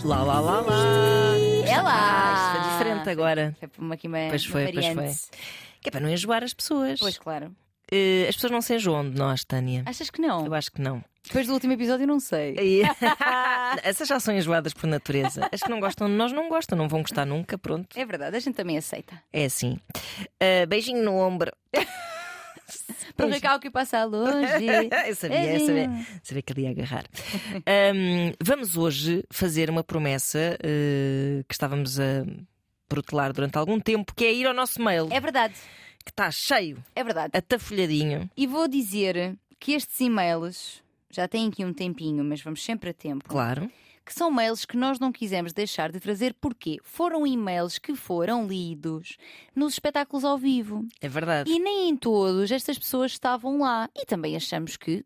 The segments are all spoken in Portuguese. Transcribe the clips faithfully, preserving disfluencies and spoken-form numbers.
Lá, lá, lá, lá. É lá. Ah, isto foi diferente agora. Foi por uma, aqui uma, Pois foi, uma pois variante. foi. Que é para não enjoar as pessoas. Pois, claro. Uh, as pessoas não se enjoam de nós, Tânia. Achas que não? Eu acho que não. Depois do último episódio, não sei. E... Essas já são enjoadas por natureza. As que não gostam de nós não gostam, não vão gostar nunca, pronto. É verdade, a gente também aceita. É assim. Uh, beijinho no ombro. Para o recalque que passa longe. Eu sabia, eu sabia, sabia que ele ia agarrar. Um, vamos hoje fazer uma promessa uh, que estávamos a protelar durante algum tempo, que é ir ao nosso mail. É verdade. Que está cheio, é verdade, atafolhadinho. E vou dizer que estes e-mails já têm aqui um tempinho, mas vamos sempre a tempo. Claro. Que são mails que nós não quisemos deixar de trazer porque foram e-mails que foram lidos nos espetáculos ao vivo. É verdade. E nem em todos estas pessoas estavam lá. E também achamos que,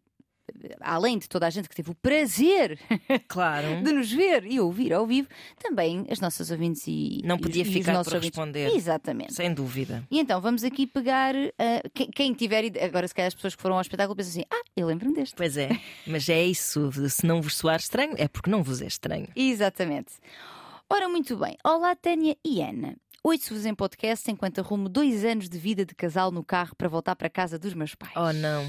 além de toda a gente que teve o prazer claro. de nos ver e ouvir ao vivo, também as nossas ouvintes e não podia e, ficar e os por responder. Ouvintes. Exatamente. Sem dúvida. E então vamos aqui pegar uh, quem, quem tiver agora, se calhar as pessoas que foram ao espetáculo pensam assim: ah, eu lembro-me deste. Pois é, mas é isso. Se não vos soar estranho, é porque não vos é estranho. Exatamente. Ora, muito bem. Olá, Tânia e Ana. Ouço-vos em podcast enquanto arrumo dois anos de vida de casal no carro para voltar para a casa dos meus pais. Oh, não.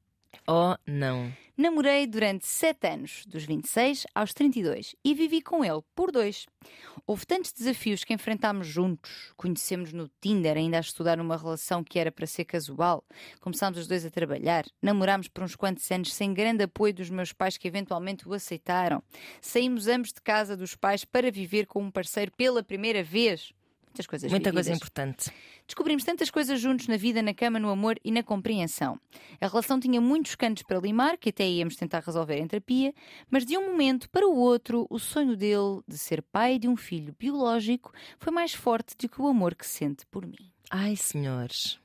Oh, não. Namorei durante sete anos, dos vinte e seis aos trinta e dois, e vivi com ele por dois. Houve tantos desafios que enfrentámos juntos. Conhecemos no Tinder, ainda a estudar numa relação que era para ser casual. Começámos os dois a trabalhar. Namorámos por uns quantos anos sem grande apoio dos meus pais que eventualmente o aceitaram. Saímos ambos de casa dos pais para viver com um parceiro pela primeira vez. Muitas coisas Muita vividas. coisa importante. Descobrimos tantas coisas juntos na vida, na cama, no amor e na compreensão. A relação tinha muitos cantos para limar, que até íamos tentar resolver em terapia, mas de um momento para o outro, o sonho dele de ser pai de um filho biológico foi mais forte do que o amor que sente por mim. Ai, senhores.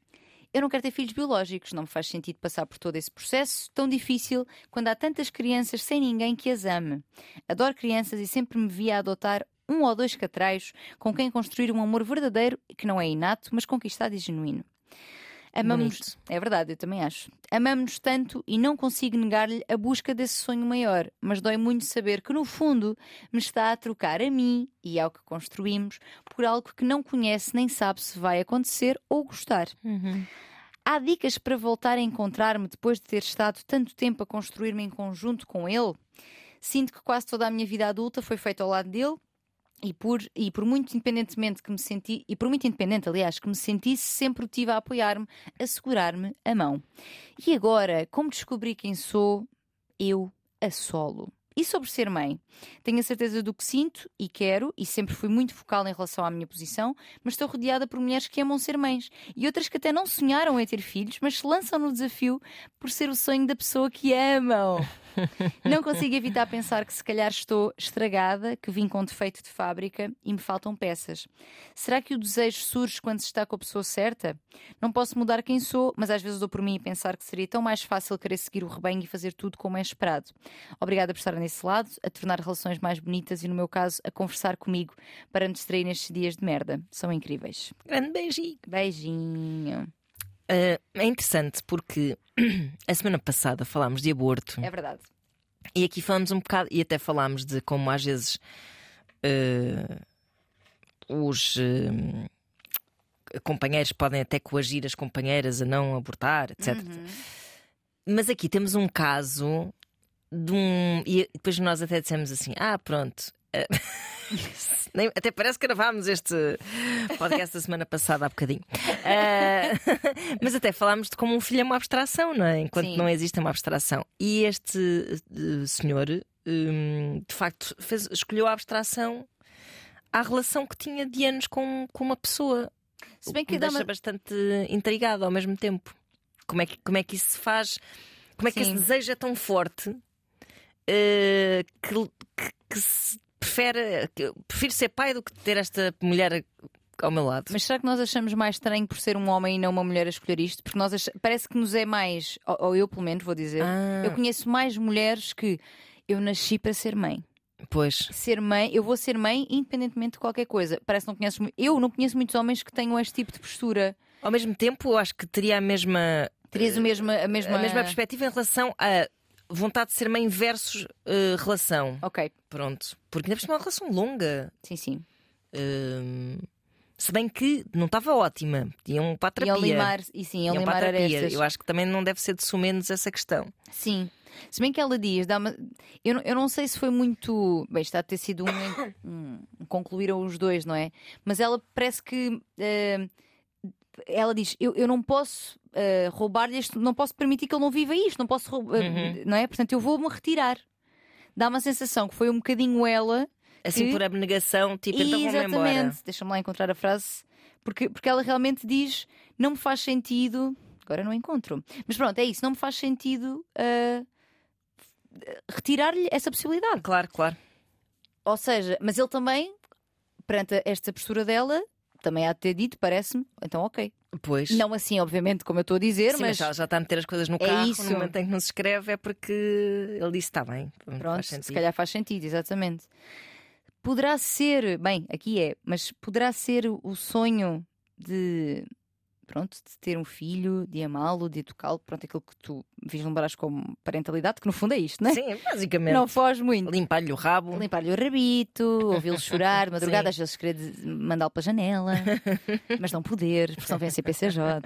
Eu não quero ter filhos biológicos, não me faz sentido passar por todo esse processo tão difícil quando há tantas crianças sem ninguém que as ame. Adoro crianças e sempre me via a adotar um ou dois catraios com quem construir um amor verdadeiro, que não é inato, mas conquistado e genuíno. Amamos-nos, é verdade, eu também acho. Amamos-nos tanto e não consigo negar-lhe a busca desse sonho maior, mas dói muito saber que no fundo me está a trocar a mim e ao que construímos por algo que não conhece nem sabe se vai acontecer ou gostar. Uhum. Há dicas para voltar a encontrar-me depois de ter estado tanto tempo a construir-me em conjunto com ele? Sinto que quase toda a minha vida adulta foi feita ao lado dele. E por, e por muito independentemente que me senti, e por muito independente, aliás, que me sentisse, sempre o tive a apoiar-me, a segurar-me a mão. E agora, como descobri quem sou, eu a solo. E sobre ser mãe? Tenho a certeza do que sinto e quero, e sempre fui muito focal em relação à minha posição, mas estou rodeada por mulheres que amam ser mães e outras que até não sonharam em ter filhos, mas se lançam no desafio por ser o sonho da pessoa que amam. Não consigo evitar pensar que se calhar estou estragada, que vim com defeito de fábrica e me faltam peças. Será que o desejo surge quando se está com a pessoa certa? Não posso mudar quem sou, mas às vezes dou por mim e pensar que seria tão mais fácil querer seguir o rebanho e fazer tudo como é esperado. Obrigada por estar nesse lado, a tornar relações mais bonitas e, no meu caso, a conversar comigo para me distrair nestes dias de merda. São incríveis. Grande beijinho. Beijinho. Uh, é interessante porque a semana passada falámos de aborto. É verdade. E aqui falamos um bocado, e até falámos de como às vezes uh, os uh, companheiros podem até coagir as companheiras a não abortar, etcétera. Uhum. Mas aqui temos um caso de um. E depois nós até dissemos assim: ah, pronto. Nem, até parece que gravámos este podcast da semana passada há bocadinho. Uh, mas até falámos de como um filho é uma abstração, não é? Enquanto Sim. não existe uma abstração. E este uh, senhor, um, de facto, fez, escolheu a abstração à relação que tinha de anos com, com uma pessoa. Se bem que me deixa uma... bastante intrigado ao mesmo tempo. Como é que, como é que isso se faz? Como é que Sim. esse desejo é tão forte uh, que, que, que se prefere, que, prefiro ser pai do que ter esta mulher ao meu lado. Mas será que nós achamos mais estranho por ser um homem e não uma mulher a escolher isto? Porque nós ach... parece que nos é mais, ou, ou eu pelo menos vou dizer, ah. eu conheço mais mulheres que eu nasci para ser mãe. Pois. Ser mãe, eu vou ser mãe independentemente de qualquer coisa. Parece que não conheces, eu não conheço muitos homens que tenham este tipo de postura. Ao mesmo tempo, eu acho que teria a mesma Terias a mesma, a mesma... a mesma perspectiva em relação a vontade de ser mãe versus uh, relação. Ok. Pronto. Porque ainda por cima é uma relação longa. Sim, sim. Uh, se bem que não estava ótima. Iam para a terapia. Iam limar, e sim, iam Iam limar para a terapia. arestas. Eu acho que também não deve ser de sumenos essa questão. Sim. Se bem que ela diz, dá uma... eu, não, eu não sei se foi muito. Bem, está a ter sido um, um, um. Concluíram os dois, não é? Mas ela parece que. Uh, ela diz: Eu, eu não posso uh, roubar-lhe isto, não posso permitir que ele não viva isto, não posso roubar. Uhum. Não é? Portanto, eu vou-me retirar. Dá uma sensação que foi um bocadinho ela. Assim que... por abnegação, tipo, então vou-me embora. Exatamente. Deixa-me lá encontrar a frase. Porque, porque ela realmente diz: Não me faz sentido. Agora não encontro. Mas pronto, é isso. Não me faz sentido. Uh, retirar-lhe essa possibilidade. Claro, claro. Ou seja, mas ele também, perante esta postura dela, também há de ter dito, parece-me, então ok. Pois. Não assim, obviamente, como eu estou a dizer, Sim, mas... mas ela já está a meter as coisas no é carro, isso. no momento em que não se escreve é porque ele disse está bem. Pronto, se calhar faz sentido, exatamente. Poderá ser, bem, aqui é, mas poderá ser o sonho de... Pronto, de ter um filho, de amá-lo, de educá-lo, pronto, aquilo que tu vislumbras como parentalidade, que no fundo é isto, não é? Sim, basicamente. Não foge muito. Limpar-lhe o rabo. Limpar-lhe o rabito, ouvi-lo chorar de madrugada, às vezes querer mandá-lo para a janela, mas não poder, porque senão vem a C P C J.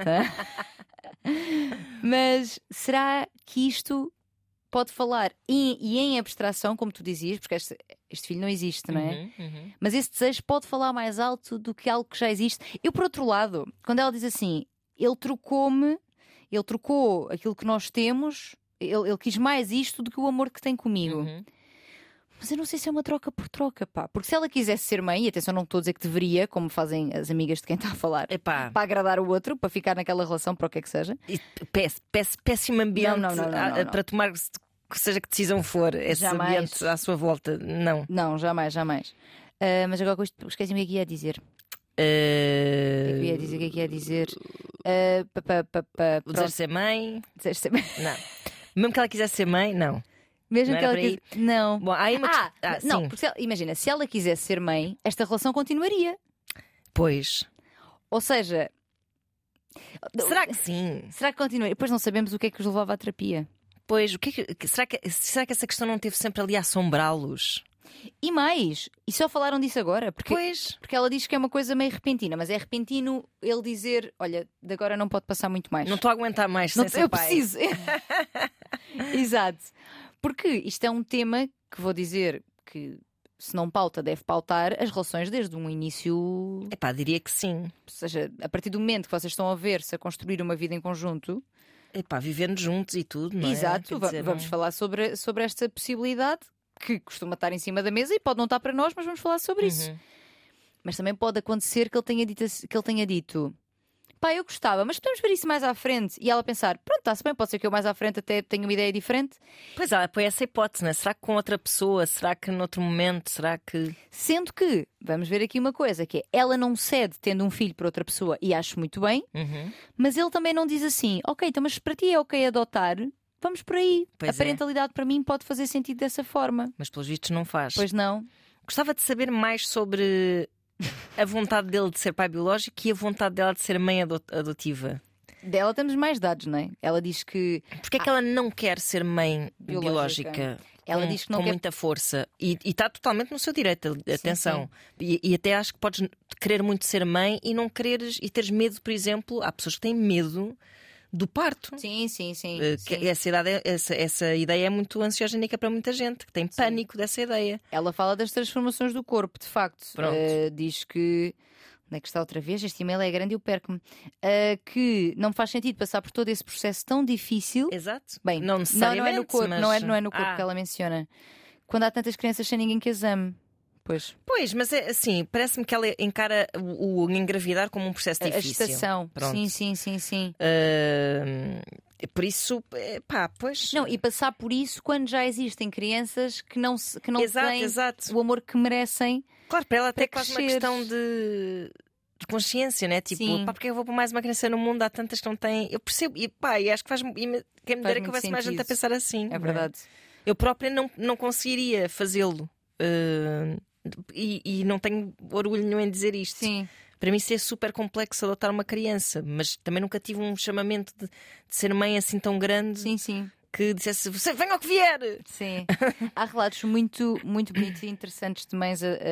Mas será que isto pode falar em, e em abstração, como tu dizias, porque este, este filho não existe, não é? Uhum, uhum. Mas esse desejo pode falar mais alto do que algo que já existe. Eu, por outro lado, quando ela diz assim, ele trocou-me, ele trocou aquilo que nós temos, ele, ele quis mais isto do que o amor que tem comigo. Uhum. Mas eu não sei se é uma troca por troca, pá. Porque se ela quisesse ser mãe, e atenção, não estou a dizer que deveria, como fazem as amigas de quem está a falar, Epá. para agradar o outro, para ficar naquela relação, para o que é que seja. E péss- péss- Péssimo ambiente Não, não, não, não, a- não, não. para tomar, que seja que decisão for, esse Jamais. ambiente à sua volta. Não. Não, jamais, jamais. Ah, mas agora esqueci-me o que é que ia dizer. O que é que ia dizer? O que é que ia dizer? Uh, pa, pa, pa, pa, O desejo de ser mãe? Desejo de ser mãe. Não. Mesmo que ela quisesse ser mãe, não. Mesmo Não que era ela por aí? quis... Não. Bom, há aí uma Ah, quest- ah, não, sim. porque se ela- imagina, se ela quisesse ser mãe, esta relação continuaria. Pois. Ou seja, Será que sim? será que continuaria? Depois não sabemos o que é que os levava à terapia. Pois, o que é que, será, que, será que essa questão não teve sempre ali a assombrá-los? E mais, e só falaram disso agora, porque, Pois. porque ela diz que é uma coisa meio repentina, mas é repentino ele dizer: olha, de agora não pode passar muito mais. Não estou a aguentar mais Não- sem ser eu pai. preciso. Exato. Porque isto é um tema que vou dizer que, se não pauta, deve pautar as relações desde um início. Epá, diria que sim. Ou seja, a partir do momento que vocês estão a ver-se a construir uma vida em conjunto. Epá, vivendo juntos e tudo, não é? Exato, Quer va- dizer, vamos não- falar sobre, sobre esta possibilidade que costuma estar em cima da mesa e pode não estar para nós, mas vamos falar sobre isso. Uhum. Mas também pode acontecer que ele tenha dito, ass- que ele tenha dito: pá, eu gostava, mas podemos ver isso mais à frente. E ela pensar: pronto, está-se bem, pode ser que eu mais à frente até tenha uma ideia diferente. Pois ela põe essa hipótese, não é? Será que com outra pessoa? Será que noutro momento? Será que. Sendo que, vamos ver aqui uma coisa, que é, ela não cede tendo um filho para outra pessoa, e acho muito bem, Uhum. mas ele também não diz assim: ok, então mas para ti é ok adotar, vamos por aí. Pois a é. parentalidade para mim pode fazer sentido dessa forma. Mas pelos vistos não faz. Pois não. Gostava de saber mais sobre a vontade dele de ser pai biológico e a vontade dela de ser mãe ado- adotiva. Dela temos mais dados, não é? Ela diz que Porquê é que ela não quer ser mãe Biológica. biológica? Ela com, diz que não com quer- muita força e e está totalmente no seu direito, atenção. E, e até acho que podes querer muito ser mãe e não quereres e teres medo, por exemplo, há pessoas que têm medo do parto. sim, sim, sim. Eh, sim. que essa, idade, é- essa, essa ideia é muito ansiogénica para muita gente que tem pânico dessa ideia. Ela fala das transformações do corpo, de facto. Pronto. Eh, diz que. Onde é que está outra vez? Este e-mail é grande e eu perco-me. Eh, que não faz sentido passar por todo esse processo tão difícil. Exato. Bem, não não, não necessariamente. é no corpo, mas... não, é, não é no corpo Ah, que ela menciona. Quando há tantas crianças sem ninguém que as ame. Pois. Pois, mas é assim, parece-me que ela encara o, o engravidar como um processo A- A difícil. gestação. Pronto. Sim, sim, sim, sim. Ah, por isso, eh, pá, pois. Não, e passar por isso quando já existem crianças que não, se- que não exato, têm exato. o amor que merecem. Claro, para ela até é para quase uma crescer. questão de, de consciência, né? Tipo, Sim. pá, porque eu vou pôr mais uma criança no mundo? Há tantas que não têm. Eu percebo, e pá, e acho que faz. E me- quem me Faz dera que muito houvesse mais gente a sentido. pensar assim. É não verdade. Eu própria não, não conseguiria fazê-lo. Ah, e, e não tenho orgulho nenhum em dizer isto. Sim. Para mim, isso é super complexo adotar uma criança, mas também nunca tive um chamamento de, de ser mãe assim tão grande Sim, sim. que dissesse: você venha ao que vier. Sim. Há relatos muito, muito bonitos e interessantes de mães, uh,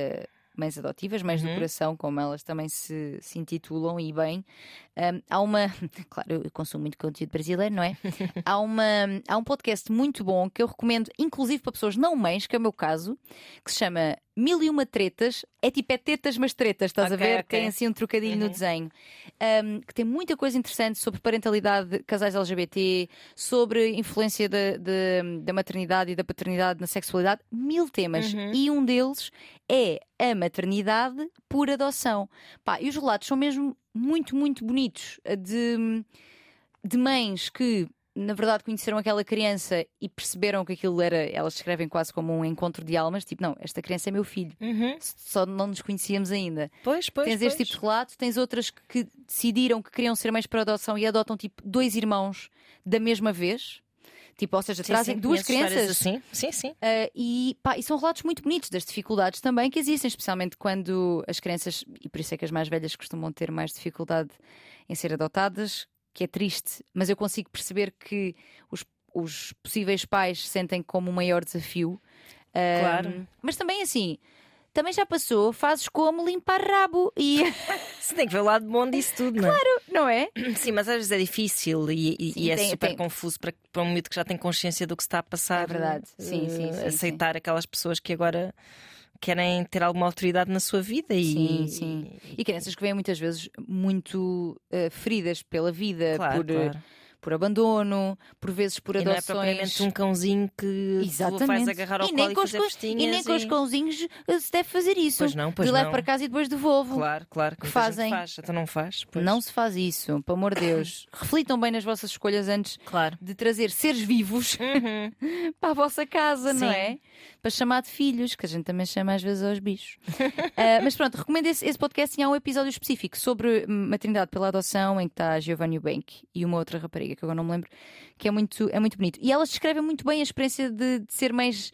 mães adotivas, mães Uhum. do coração, como elas também se, se intitulam, e bem. Um, há uma. Claro, eu consumo muito conteúdo brasileiro, não é? há, uma, há um podcast muito bom que eu recomendo, inclusive para pessoas não mães, que é o meu caso, que se chama Mil e Uma Tretas. É tipo, é tetas, mas tretas, estás Ok, a ver? ok. Tem assim um trocadilho Uhum. no desenho. Um, que tem muita coisa interessante sobre parentalidade de casais L G B T, sobre influência da, da, da maternidade e da paternidade na sexualidade. Mil temas. Uhum. E um deles é a maternidade por adoção. Pá, e os relatos são mesmo muito, muito bonitos, de, de mães que, na verdade, conheceram aquela criança e perceberam que aquilo era, elas descrevem quase como um encontro de almas, tipo, não, esta criança é meu filho, Uhum. só não nos conhecíamos ainda. Pois, pois, Tens pois. este tipo de relato, tens outras que, que decidiram que queriam ser mães para adoção e adotam tipo dois irmãos da mesma vez. Tipo, ou seja, Sim, trazem sim, duas conheço histórias crianças. assim. Sim, sim. Uh, e, pá, e são relatos muito bonitos das dificuldades também que existem, especialmente quando as crianças, e por isso é que as mais velhas costumam ter mais dificuldade em ser adotadas, que é triste, mas eu consigo perceber que os, os possíveis pais sentem como um maior desafio. Um, Claro. Mas também assim, também já passou, fazes como limpar rabo e Você tem que ver o lado bom disso tudo, não é? não é? Sim, mas às vezes é difícil e, e- Sim, e é tem- super tem- confuso para, para um miúdo que já tem consciência do que se está a passar. É verdade. Sim, eh, sim, sim, aceitar aquelas pessoas que agora querem ter alguma autoridade na sua vida e. Sim, sim. E crianças que vêm muitas vezes muito uh, feridas pela vida, Claro, por, uh, claro. por abandono, por vezes por E não é adoções. propriamente um cãozinho que tu Exatamente. vais agarrar ao e colo nem e com os fazer cãos- festinhas. E nem com os cãozinhos uh, se deve fazer isso. Pois não, pois de levo não. para casa e depois devolvo. Claro, claro. Que Que muita gente fazem. faz. Então não faz. Pois. Não se faz isso, pelo amor de Deus. Reflitam bem nas vossas escolhas antes Claro. de trazer seres vivos Uhum. para a vossa casa, não Sim. é? Para chamar de filhos, que a gente também chama às vezes aos bichos. Ah, mas pronto, recomendo esse, esse podcast. E há um episódio específico sobre maternidade pela adoção, em que está a Giovanna Eubank e uma outra rapariga que agora não me lembro, que é muito, é muito bonito. E elas descrevem muito bem a experiência de, de ser mães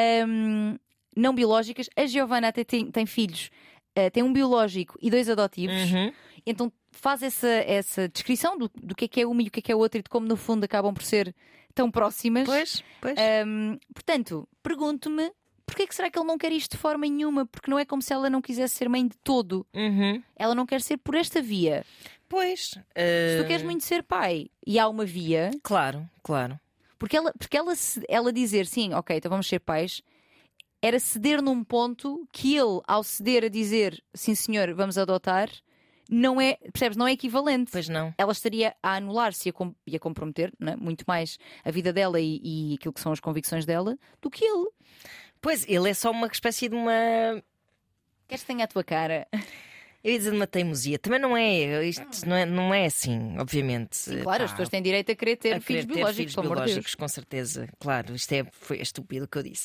ahm, não biológicas. A Giovanna até tem, tem filhos, ah, tem um biológico e dois adotivos. Uhum. Então faz essa, essa descrição do, do que é que é uma e o que é que é outra e de como no fundo acabam por ser tão próximas. Pois, pois. Um, portanto, pergunto-me porquê que será que ele não quer isto de forma nenhuma? Porque não é como se ela não quisesse ser mãe de todo. Uhum. Ela não quer ser por esta via. Pois. Se eh, tu queres muito ser pai e há uma via, Claro, claro. porque ela, porque ela, se- ela dizer sim, ok, então vamos ser pais, era ceder num ponto que ele, ao ceder a dizer sim senhor, vamos adotar, não é, percebes, não é equivalente. Pois não. Ela estaria a anular-se e a, com- e a comprometer, não é? Muito mais a vida dela e, e aquilo que são as convicções dela do que ele. Pois, ele é só uma espécie de uma. Queres que tenha a tua cara? Eu ia dizer de uma teimosia. Também não é. Isto não é, não é assim, obviamente. Sim, claro, Pá, as pessoas têm direito a querer ter a filhos querer ter biológicos, filhos pelo amor de biológicos, Deus. com certeza. Claro, isto é, foi estúpido o que eu disse.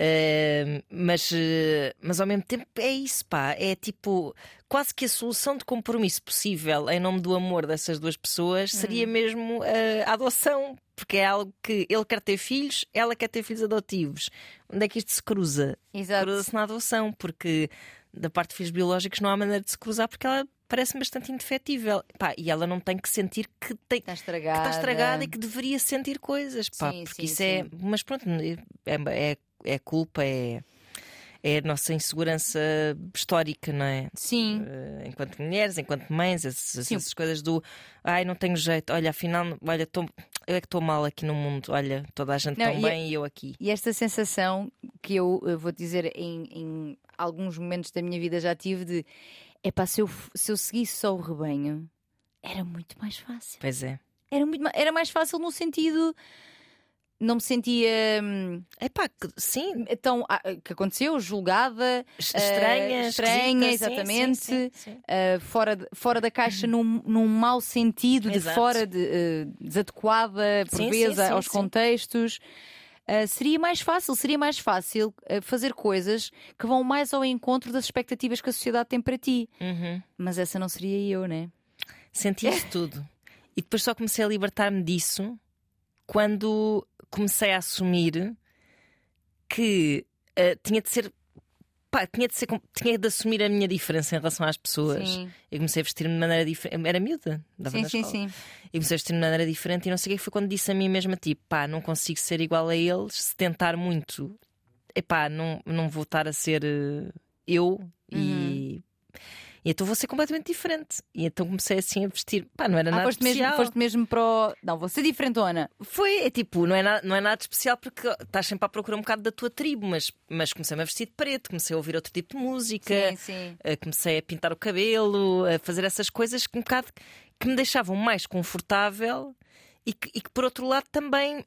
Uh, mas, uh, mas ao mesmo tempo é isso, pá. É tipo. Quase que a solução de compromisso possível em nome do amor dessas duas pessoas seria Hum. mesmo uh, a adoção. Porque é algo que ele quer ter filhos, ela quer ter filhos adotivos. Onde é que isto se cruza? Exato. Cruza-se na adoção, porque da parte de filhos biológicos não há maneira de se cruzar, porque ela parece bastante indefetível. Pá, e ela não tem que sentir que tem. Está estragada. Que está estragada e que deveria sentir coisas, pá, Sim, porque sim, isso é. sim. Mas pronto, é, é, é culpa, é, é a nossa insegurança histórica, não é? Sim. Eh, enquanto mulheres, enquanto mães, essas, Sim. essas coisas do ai, não tenho jeito, olha, afinal, olha, tô, eu é que estou mal aqui no mundo, olha, toda a gente Não, tão e é- bem e eu aqui. E esta sensação que eu, eh, vou dizer em, em alguns momentos da minha vida já tive de é pá, se eu, f- se eu seguisse só o rebanho era muito mais fácil. Pois é. Era, muito, ma- era mais fácil no sentido. Não me sentia hum, É pá, sim, tão. ah, que aconteceu, julgada, estranha, eh, estranha, esquisita, sim, exatamente. sim, sim, sim. Uh, fora, de, fora da caixa num, num mau sentido, de Exato. fora de, uh, desadequada por Sim, vezes sim, sim, aos sim. contextos. Uh, seria mais fácil, seria mais fácil uh, fazer coisas que vão mais ao encontro das expectativas que a sociedade tem para ti. Uhum. Mas essa não seria eu, né? Senti isso tudo. E depois só comecei a libertar-me disso quando comecei a assumir que uh, tinha de ser pá, tinha de, ser, tinha de assumir a minha diferença em relação às pessoas. Sim. Eu comecei a vestir-me de maneira diferente. Era miúda, dava Sim, na sim, escola. sim. E comecei a vestir-me de maneira diferente e não sei o que foi quando disse a mim mesma: tipo, pá, não consigo ser igual a eles. Se tentar muito, epá, não, não vou estar a ser uh, eu. Uhum. E. E então vou ser completamente diferente. E então comecei assim a vestir. Pá, não era Ah, nada foste especial. mesmo, foste mesmo para o... Não, vou ser diferentona. Foi, é tipo, não é, nada, não é nada especial porque estás sempre à procura um bocado da tua tribo, mas, mas comecei-me a vestir de preto, comecei a ouvir outro tipo de música, Sim, sim. uh, comecei a pintar o cabelo, a fazer essas coisas que um bocado que me deixavam mais confortável e que, e que por outro lado também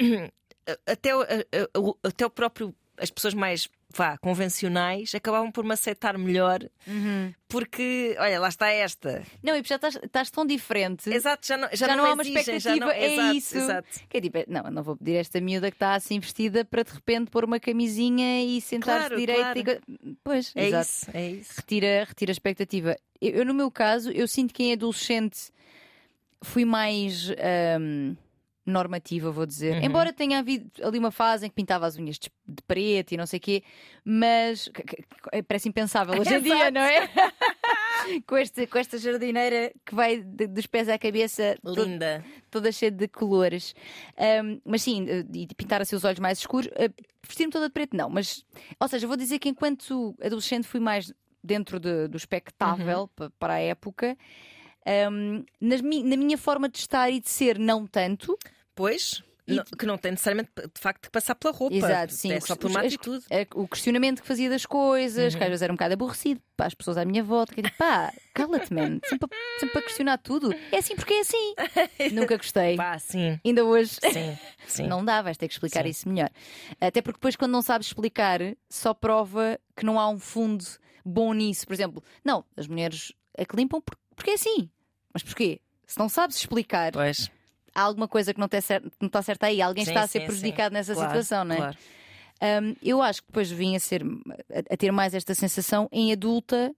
até, o- a- a- até o próprio, as pessoas mais vá, convencionais acabavam por me aceitar melhor. Uhum. Porque, olha, lá está esta. Não, e já estás, estás tão diferente. Exato, já não, já Já não, não há me uma exigem, já expectativa, não- é exato, isso. Exato. Que é tipo, não, eu não vou pedir a esta miúda que está assim vestida para de repente pôr uma camisinha e sentar-se Claro, direito. claro. E... co- Pois, É exato. isso, é isso. Retira, retira a expectativa. Eu, eu, no meu caso, eu sinto que em adolescente fui mais ahm, normativa, vou dizer. Uhum. Embora tenha havido ali uma fase em que pintava as unhas de, de preto e não sei o quê, mas que- que- que- parece impensável hoje em dia, Exato. não é? com, este, com esta jardineira que vai de- dos pés à cabeça to- Linda. toda cheia de colores. Ahm, mas sim, eh, e pintar assim os olhos mais escuros. Uh, Vestir-me toda de preto, não. Mas, ou seja, vou dizer que enquanto adolescente fui mais dentro de- do espectável pa- para a época. Ahm, nas mi- na minha forma de estar e de ser, não tanto. Pois, E- não- que não tem necessariamente de facto que passar pela roupa. Exato, sim. É só por uma Os- atitude. eh, O questionamento que fazia das coisas, Uhum. que às vezes era um bocado aborrecido para as pessoas à minha volta, que eu digo, pá, cala-te, man, sempre, a- sempre a questionar tudo. É assim porque é assim. Nunca gostei. Pá, sim, Ainda hoje. sim, sim. Não dá, vais ter que explicar Sim. isso melhor. Até porque depois, quando não sabes explicar, só prova que não há um fundo bom nisso. Por exemplo, não, as mulheres é que limpam por- porque é assim. Mas porquê? Se não sabes explicar, Pois. há alguma coisa que não está certa, não está certa aí. Alguém Sim, está a ser sim, prejudicado sim. nessa Claro, situação, não é? claro. Um, eu acho que depois vim a, ser, a, a ter mais esta sensação em adulta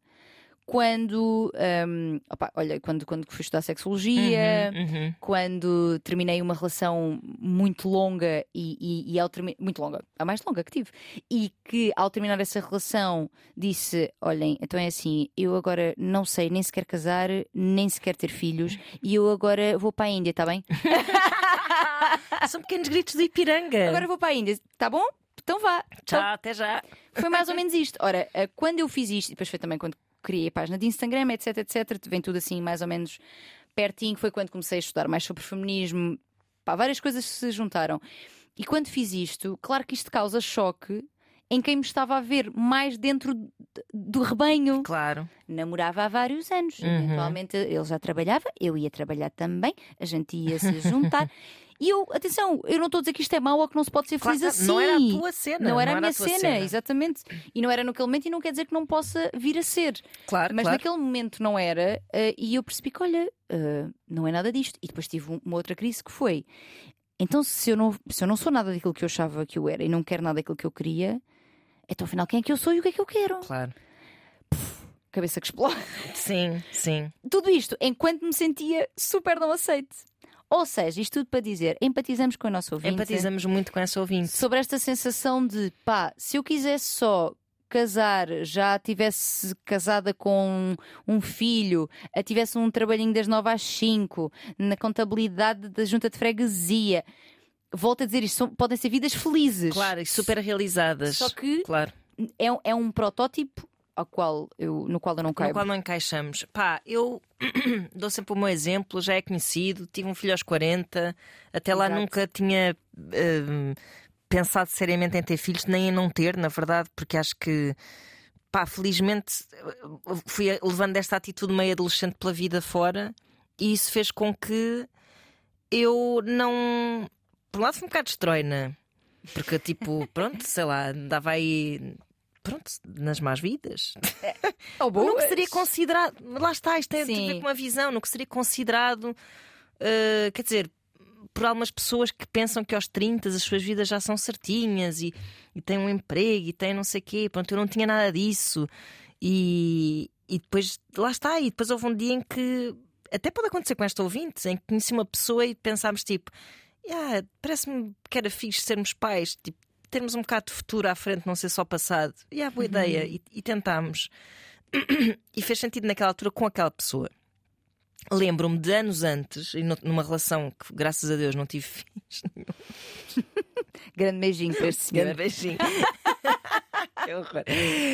quando, um, opa, olha, quando, quando fui estudar sexologia, Uhum, uhum. quando terminei uma relação muito longa e, e, e ao terminar, muito longa, a mais longa que tive, e que ao terminar essa relação disse: olhem, então é assim, eu agora não sei nem sequer casar, nem sequer ter filhos, e eu agora vou para a Índia, está bem? São pequenos gritos de Ipiranga. Agora vou para a Índia, está bom? Então vá. Tchau, até já. Foi mais ou menos isto. Ora, eh, quando eu fiz isto, e depois foi também quando criei a página de Instagram, etc, etc, vem tudo assim mais ou menos pertinho. Foi quando comecei a estudar mais sobre feminismo. Pá, várias coisas se juntaram. E quando fiz isto, claro que isto causa choque em quem me estava a ver mais dentro d- do rebanho. Claro. Namorava há vários anos. Uhum. Eventualmente ele já trabalhava, eu ia trabalhar também, a gente ia se juntar. E eu, atenção, eu não estou a dizer que isto é mau ou que não se pode ser Claro, feliz assim. não era a tua cena. Não era a minha tua cena, exatamente. E não era naquele momento e não quer dizer que não possa vir a ser. Claro, Mas claro. naquele momento não era, eh, e eu percebi que, olha, eh, não é nada disto. E depois tive um- uma outra crise que foi: então, se eu, não, se eu não sou nada daquilo que eu achava que eu era e não quero nada daquilo que eu queria, então afinal quem é que eu sou e o que é que eu quero? Claro. Cabeça que explode. Sim, sim. Tudo isto enquanto me sentia super não aceite. Ou seja, isto tudo para dizer, empatizamos com a nossa ouvinte. Empatizamos muito com essa ouvinte. Sobre esta sensação de, pá, se eu quisesse só casar, já tivesse casada com um filho, a tivesse um trabalhinho das nove às cinco, na contabilidade da junta de freguesia, volto a dizer isto, são- podem ser vidas felizes. Claro, e super realizadas. Só que Claro. é, um- é um protótipo ao qual eu, no qual eu não No caibo. qual não encaixamos. Pá, eu dou sempre o meu exemplo, já é conhecido, tive um filho aos quarenta, até lá Exato. nunca tinha hum, pensado seriamente em ter filhos, nem em não ter, na verdade, porque acho que, pá, felizmente fui levando esta atitude meio adolescente pela vida fora e isso fez com que eu não. Por um lado, fui um bocado estróina, porque, tipo, pronto, sei lá, andava aí. Pronto, nas más vidas. Oh, No que seria considerado. Lá está, isto tem, tem a Sim. ver com uma visão. No que seria considerado. uh, quer dizer, por algumas pessoas que pensam que aos trinta as suas vidas já são certinhas e, e têm um emprego e têm não sei o quê. Pronto, eu não tinha nada disso. E, e depois, lá está. E depois houve um dia em que. Até pode acontecer com esta ouvinte, em que conheci uma pessoa e pensámos tipo. Yeah, parece-me que era fixe sermos pais. Tipo, termos um bocado de futuro à frente, não ser só passado. E há boa uhum. ideia, e, e tentámos. E fez sentido naquela altura com aquela pessoa. Lembro-me de anos antes, e numa relação que, graças a Deus, não tive filhos. Grande beijinho para este senhor. Grande beijinho. Que horror.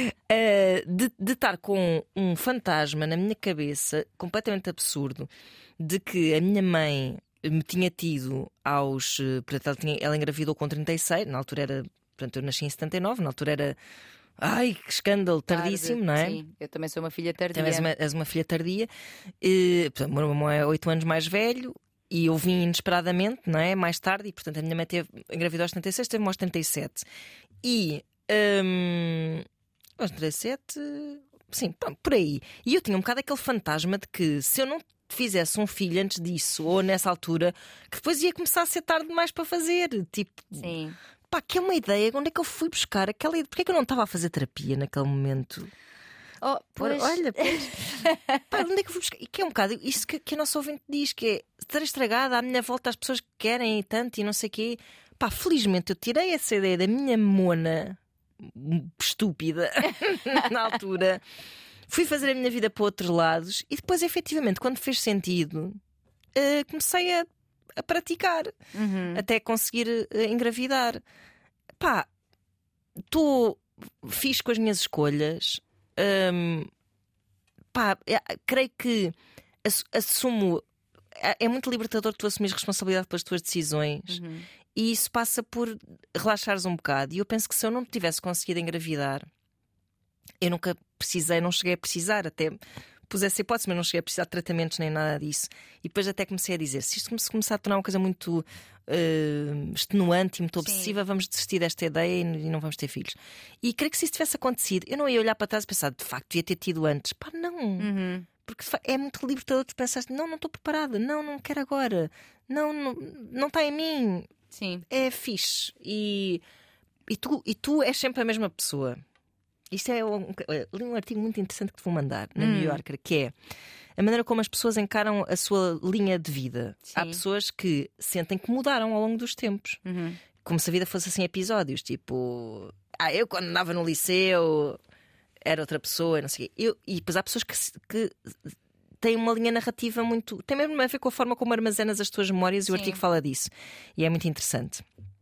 Uh, de, de estar com um fantasma na minha cabeça, completamente absurdo, de que a minha mãe me tinha tido aos. Portanto, ela, tinha, ela engravidou com trinta e seis, na altura era. Portanto, eu nasci em setenta e nove, na altura era. Ai, que escândalo, tardíssimo, não é? Sim, eu também sou uma filha tardia. Também és uma, és uma filha tardia. E, portanto, o meu irmão é oito anos mais velho e eu vim inesperadamente, não é? Mais tarde, e portanto a minha mãe teve, engravidou aos setenta e seis, teve-me aos trinta e sete. E. Hum, aos trinta e sete. Sim, por aí. E eu tinha um bocado aquele fantasma de que se eu não fizesse um filho antes disso, ou nessa altura, que depois ia começar a ser tarde demais para fazer. Tipo. Sim. Pá, que é uma ideia. Onde é que eu fui buscar aquela ideia? Porquê é que eu não estava a fazer terapia naquele momento? Oh, pois... Olha, pois. Pá, onde é que eu fui buscar? E que é um bocado isso que, que a nossa ouvinte diz: que é estar estragada à minha volta, as pessoas que querem e tanto e não sei o quê. Pá, felizmente eu tirei essa ideia da minha mona estúpida na altura, fui fazer a minha vida para outros lados e depois, efetivamente, quando fez sentido, uh, comecei a. a praticar uhum. até conseguir uh, engravidar. Pá, estou fixe com as minhas escolhas. Um, pá, é, creio que assumo. É, é muito libertador tu assumires responsabilidade pelas tuas decisões uhum. e isso passa por relaxares um bocado. E eu penso que se eu não tivesse conseguido engravidar, eu nunca precisei, não cheguei a precisar até. Pus essa hipótese, mas não cheguei a precisar de tratamentos nem nada disso. E depois até comecei a dizer: se isto se começar a tornar uma coisa muito uh, extenuante e muito obsessiva, Sim. vamos desistir desta ideia e não vamos ter filhos. E creio que se isso tivesse acontecido, eu não ia olhar para trás e pensar: de facto, devia ter tido antes. Pá, não. Uhum. Porque é muito libertador de pensar: não, não estou preparada, não, não quero agora, não, não, não está em mim. Sim. É fixe. E, e, tu, e tu és sempre a mesma pessoa. Isto é um, li um artigo muito interessante que te vou mandar na hum. New Yorker, que é a maneira como as pessoas encaram a sua linha de vida. Sim. Há pessoas que sentem que mudaram ao longo dos tempos, uhum. como se a vida fosse assim episódios, tipo, ah, eu quando andava no liceu era outra pessoa, não sei o quê. Eu, e depois há pessoas que, que têm uma linha narrativa muito. Tem mesmo a ver com a forma como armazenas as tuas memórias. E o Sim. artigo fala disso. E é muito interessante.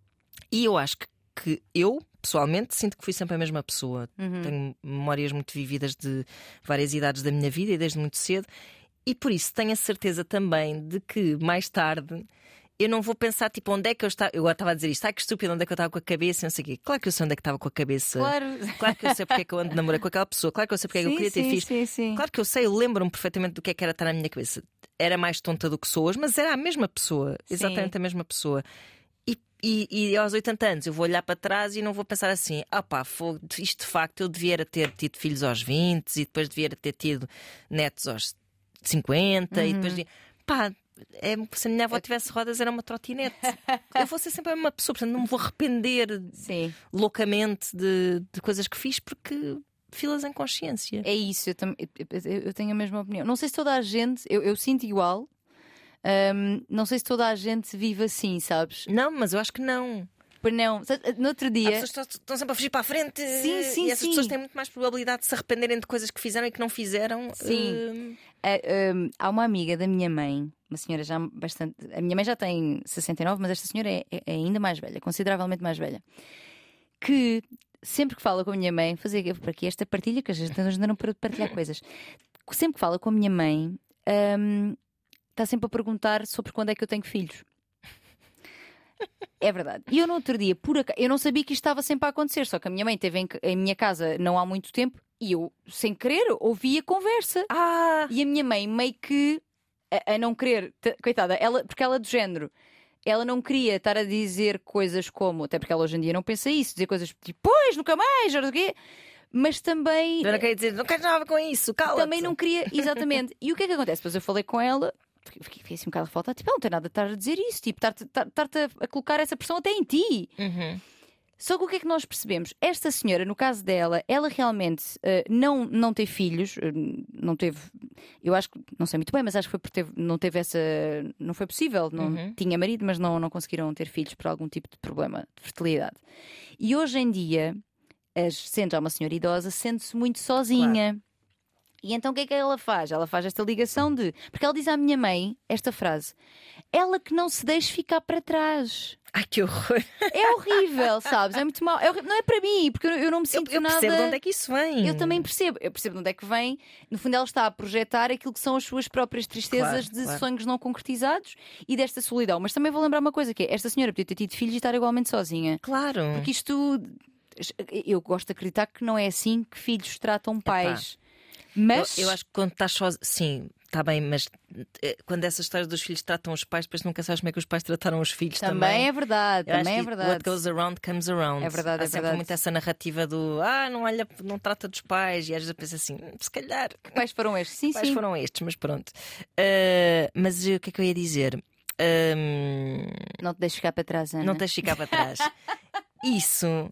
E eu acho que, que eu, pessoalmente, sinto que fui sempre a mesma pessoa. Uhum. Tenho memórias muito vividas de várias idades da minha vida e desde muito cedo. E por isso tenho a certeza também de que mais tarde eu não vou pensar tipo onde é que eu estava. Eu agora estava a dizer isto, ai que estúpido, onde é que eu estava com a cabeça, não sei o quê. Claro que eu sei onde é que estava com a cabeça. Claro, claro que eu sei porque é que eu ando de namoro com aquela pessoa. Claro que eu sei porque é que eu queria ter sim, filhos. Sim, sim. Claro que eu sei, eu lembro-me perfeitamente do que é que era estar na minha cabeça. Era mais tonta do que sou hoje, mas era a mesma pessoa, exatamente sim. a mesma pessoa. E, e, e aos oitenta anos eu vou olhar para trás e não vou pensar assim: ah pá, foi, isto de facto eu devia ter tido filhos aos vinte e depois devia ter tido netos aos cinquenta uhum. e depois de... pá, é, se a minha avó tivesse rodas era uma trotinete. Eu vou ser sempre a mesma pessoa, portanto não me vou arrepender Sim. loucamente de, de coisas que fiz porque filas em consciência. É isso, eu, tam, eu, eu tenho a mesma opinião. Não sei se toda a gente, eu, eu sinto igual. Um, não sei se toda a gente vive assim, sabes? Não, mas eu acho que não. Não, no outro dia. As pessoas estão sempre a fugir para a frente. Sim, sim, e essas sim. pessoas têm muito mais probabilidade de se arrependerem de coisas que fizeram e que não fizeram. Sim. Uh... Uh, um, há uma amiga da minha mãe, uma senhora já bastante. A minha mãe já tem sessenta e nove, mas esta senhora é, é ainda mais velha, consideravelmente mais velha. Que sempre que fala com a minha mãe, fazer para aqui esta partilha, que a gente ainda não parou de partilhar coisas. Sempre que fala com a minha mãe, um, está sempre a perguntar sobre quando é que eu tenho filhos. É verdade. E eu no outro dia, por acaso, eu não sabia que isto estava sempre a acontecer, só que a minha mãe esteve em, em minha casa não há muito tempo e eu, sem querer, ouvi a conversa. Ah. E a minha mãe meio que a, a não querer, t- coitada, ela, porque ela é do género, ela não queria estar a dizer coisas como, até porque ela hoje em dia não pensa isso, dizer coisas tipo, pois, nunca mais, ou o quê. Mas também. Eu não quero dizer, não quero nada com isso, cala-te. Também não queria, exatamente. E o que é que acontece? Depois eu falei com ela. Fiquei, fiquei assim um bocado revoltada. Tipo, não tem nada de estar a dizer isso. Tipo, estar-te a colocar essa pressão até em ti. Uhum. Só que o que é que nós percebemos? Esta senhora, no caso dela, ela realmente uh, não, não teve filhos, uh, não teve, eu acho que, não sei muito bem, mas acho que foi porque teve, não teve essa, não foi possível, não Uhum. tinha marido, mas não, não conseguiram ter filhos por algum tipo de problema de fertilidade. E hoje em dia, as, sendo já uma senhora idosa, sente-se muito sozinha. Claro. E então o que é que ela faz? Ela faz esta ligação de... Porque ela diz à minha mãe esta frase: ela que não se deixe ficar para trás. Ai, que horror! É horrível, sabes? É muito mau. É horrível. Não é para mim, porque eu, eu não me sinto eu, eu nada... Eu percebo de onde é que isso vem. Eu também percebo. Eu percebo de onde é que vem. No fundo ela está a projetar aquilo que são as suas próprias tristezas, claro, de claro. sonhos não concretizados e desta solidão. Mas também vou lembrar uma coisa, que é: esta senhora podia ter tido filhos e estar igualmente sozinha. Claro. Porque isto... Eu gosto de acreditar que não é assim que filhos tratam pais. Epá. Mas... Eu, eu acho que quando estás sozinho, sim, está bem, mas quando essa história dos filhos tratam os pais, depois nunca sabes como é que os pais trataram os filhos também. Também é verdade, eu também é verdade. What goes around comes around. É verdade, Há é sempre verdade. muito essa narrativa do ah, não olha, não trata dos pais, e às vezes eu penso assim, se calhar. Que pais foram estes? Sim, que pais sim. foram estes, mas pronto. Uh, mas uh, o que é que eu ia dizer? Um... Não te deixes ficar para trás, Ana. Não te deixes ficar para trás. Isso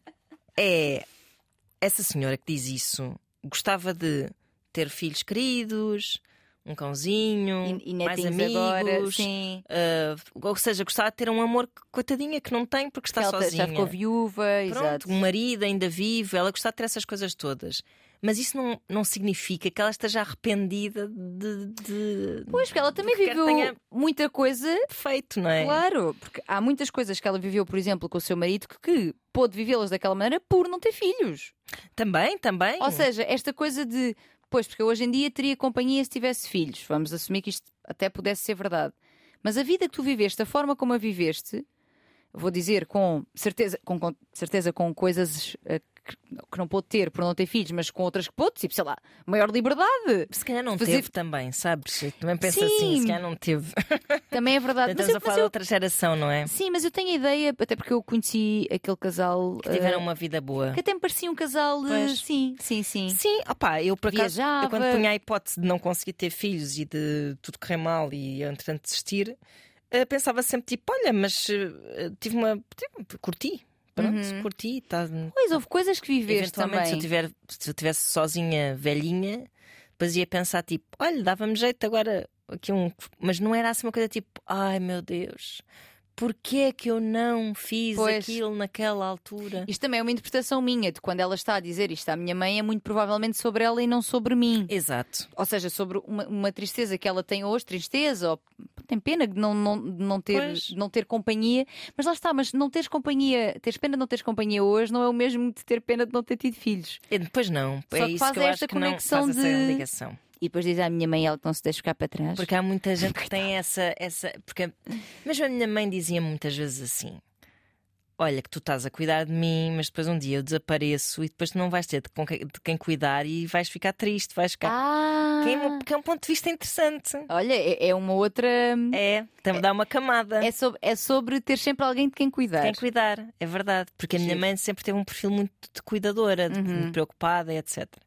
é. Essa senhora que diz isso gostava de ter filhos queridos, um cãozinho, e, e mais amigos, agora, sim. Uh, ou seja, gostava de ter um amor, coitadinha, que não tem porque está ela sozinha. Já ficou viúva, Pronto, exato. um marido ainda vivo, ela gostava de ter essas coisas todas. Mas isso não, não significa que ela esteja arrependida de. de pois, porque ela também viveu tenha muita coisa. Feito, não é? Claro, porque há muitas coisas que ela viveu, por exemplo, com o seu marido, que, que pôde vivê-las daquela maneira por não ter filhos. Também, também. Ou seja, esta coisa de. Pois, porque eu hoje em dia teria companhia se tivesse filhos. Vamos assumir que isto até pudesse ser verdade. Mas a vida que tu viveste, a forma como a viveste, vou dizer com certeza, com, com certeza com coisas uh, que, que não pôde ter por não ter filhos, mas com outras que pôde, tipo, sei lá, maior liberdade. Se calhar não fazer... teve também, sabes? Eu também penso Sim, assim, se calhar não teve. Também é verdade. Estamos mas eu, a falar mas de eu... outra geração, não é? Sim, mas eu tenho a ideia, até porque eu conheci aquele casal que tiveram uh, uma vida boa. Que até me parecia um casal uh, sim, sim, sim. Sim, opá, eu por acaso, Viajava. eu quando punha a hipótese de não conseguir ter filhos e de tudo correr mal e entretanto desistir, uh, pensava sempre tipo, olha, mas uh, tive uma. Tive, curti. Pronto, uhum. curti. Tá, pois, houve coisas que viveste eventualmente, também. Se eu, tiver, se eu tivesse sozinha, velhinha, depois ia pensar tipo, olha, dava-me jeito agora aqui um. Mas não era assim uma coisa tipo, ai meu Deus. Porquê é que eu não fiz pois. aquilo naquela altura? Isto também é uma interpretação minha de quando ela está a dizer isto à minha mãe, é muito provavelmente sobre ela e não sobre mim. Exato. Ou seja, sobre uma, uma tristeza que ela tem hoje, tristeza, ou tem pena de não, não, de não, ter, não ter companhia. Mas lá está, mas não teres companhia, teres pena de não teres companhia hoje não é o mesmo de ter pena de não ter tido filhos. E depois não. Só é que isso faz que eu esta acho que conexão não faz de... essa ligação. E depois diz à minha mãe ela que não se deixa ficar para trás. Porque há muita gente que tem essa, essa. Porque mesmo a minha mãe dizia muitas vezes assim: olha, que tu estás a cuidar de mim, mas depois um dia eu desapareço e depois tu não vais ter de, com quem, de quem cuidar e vais ficar triste, vais ficar. Ah. Que é, um, que é um ponto de vista interessante. Olha, é, é uma outra. É, também dá uma camada. É sobre, é sobre ter sempre alguém de quem cuidar. De quem cuidar, é verdade. Porque a minha mãe sempre teve um perfil muito de cuidadora, de, uhum. de preocupada, etcétera.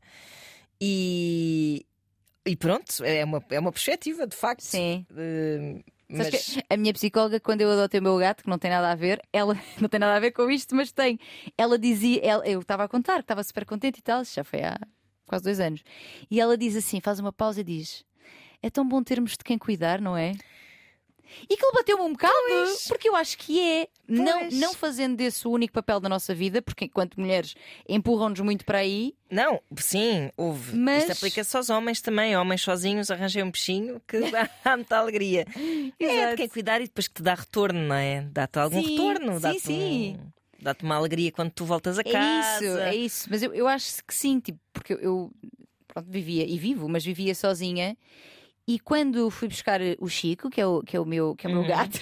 E. E pronto, é uma, é uma perspectiva, de facto. Sim. Uh, mas... A minha psicóloga, quando eu adotei o meu gato, que não tem nada a ver, ela não tem nada a ver com isto, mas tem. Ela dizia, ela, eu estava a contar que estava super contente e tal, já foi há quase dois anos. E ela diz assim, faz uma pausa e diz: é tão bom termos de quem cuidar, não é? E que ele bateu-me um bocado, pois. Porque eu acho que é, não, não fazendo desse o único papel da nossa vida, porque enquanto mulheres empurram-nos muito para aí. Não, sim, houve. Mas... Isto aplica-se aos homens também. Homens sozinhos arranjei um peixinho que dá muita alegria. É de quem cuidar e depois que te dá retorno, não é? Dá-te algum sim, retorno, sim, dá-te sim. Um... dá-te uma alegria quando tu voltas a é casa. Isso, é isso. Mas eu, eu acho que sim, tipo, porque eu, eu pronto, vivia e vivo, mas vivia sozinha. E quando fui buscar o Chico, que é o, que é o, meu, que é o meu uhum. gato.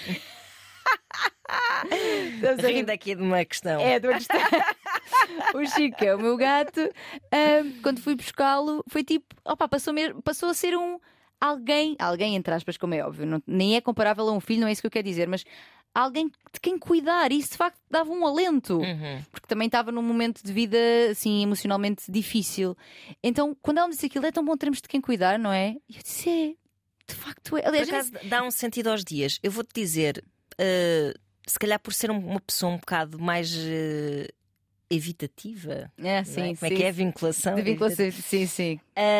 Rindo aqui de uma questão. É, de uma questão. O Chico é o meu gato. Um, quando fui buscá-lo, foi tipo, opa, passou, mesmo, passou a ser um alguém, alguém entre aspas, como é óbvio, não, nem é comparável a um filho, não é isso que eu quero dizer, mas alguém de quem cuidar. E isso de facto dava um alento, uhum. porque também estava num momento de vida assim emocionalmente difícil. Então quando ela me disse aquilo, é tão bom termos de quem cuidar, não é? E eu disse, é, de facto é. Aliás, por acaso, gente... dá um sentido aos dias. Eu vou-te dizer, uh, se calhar por ser uma pessoa um bocado mais uh, evitativa. É, não sim, é? Como sim, é que é a sim. vinculação? De vinculação, sim, sim.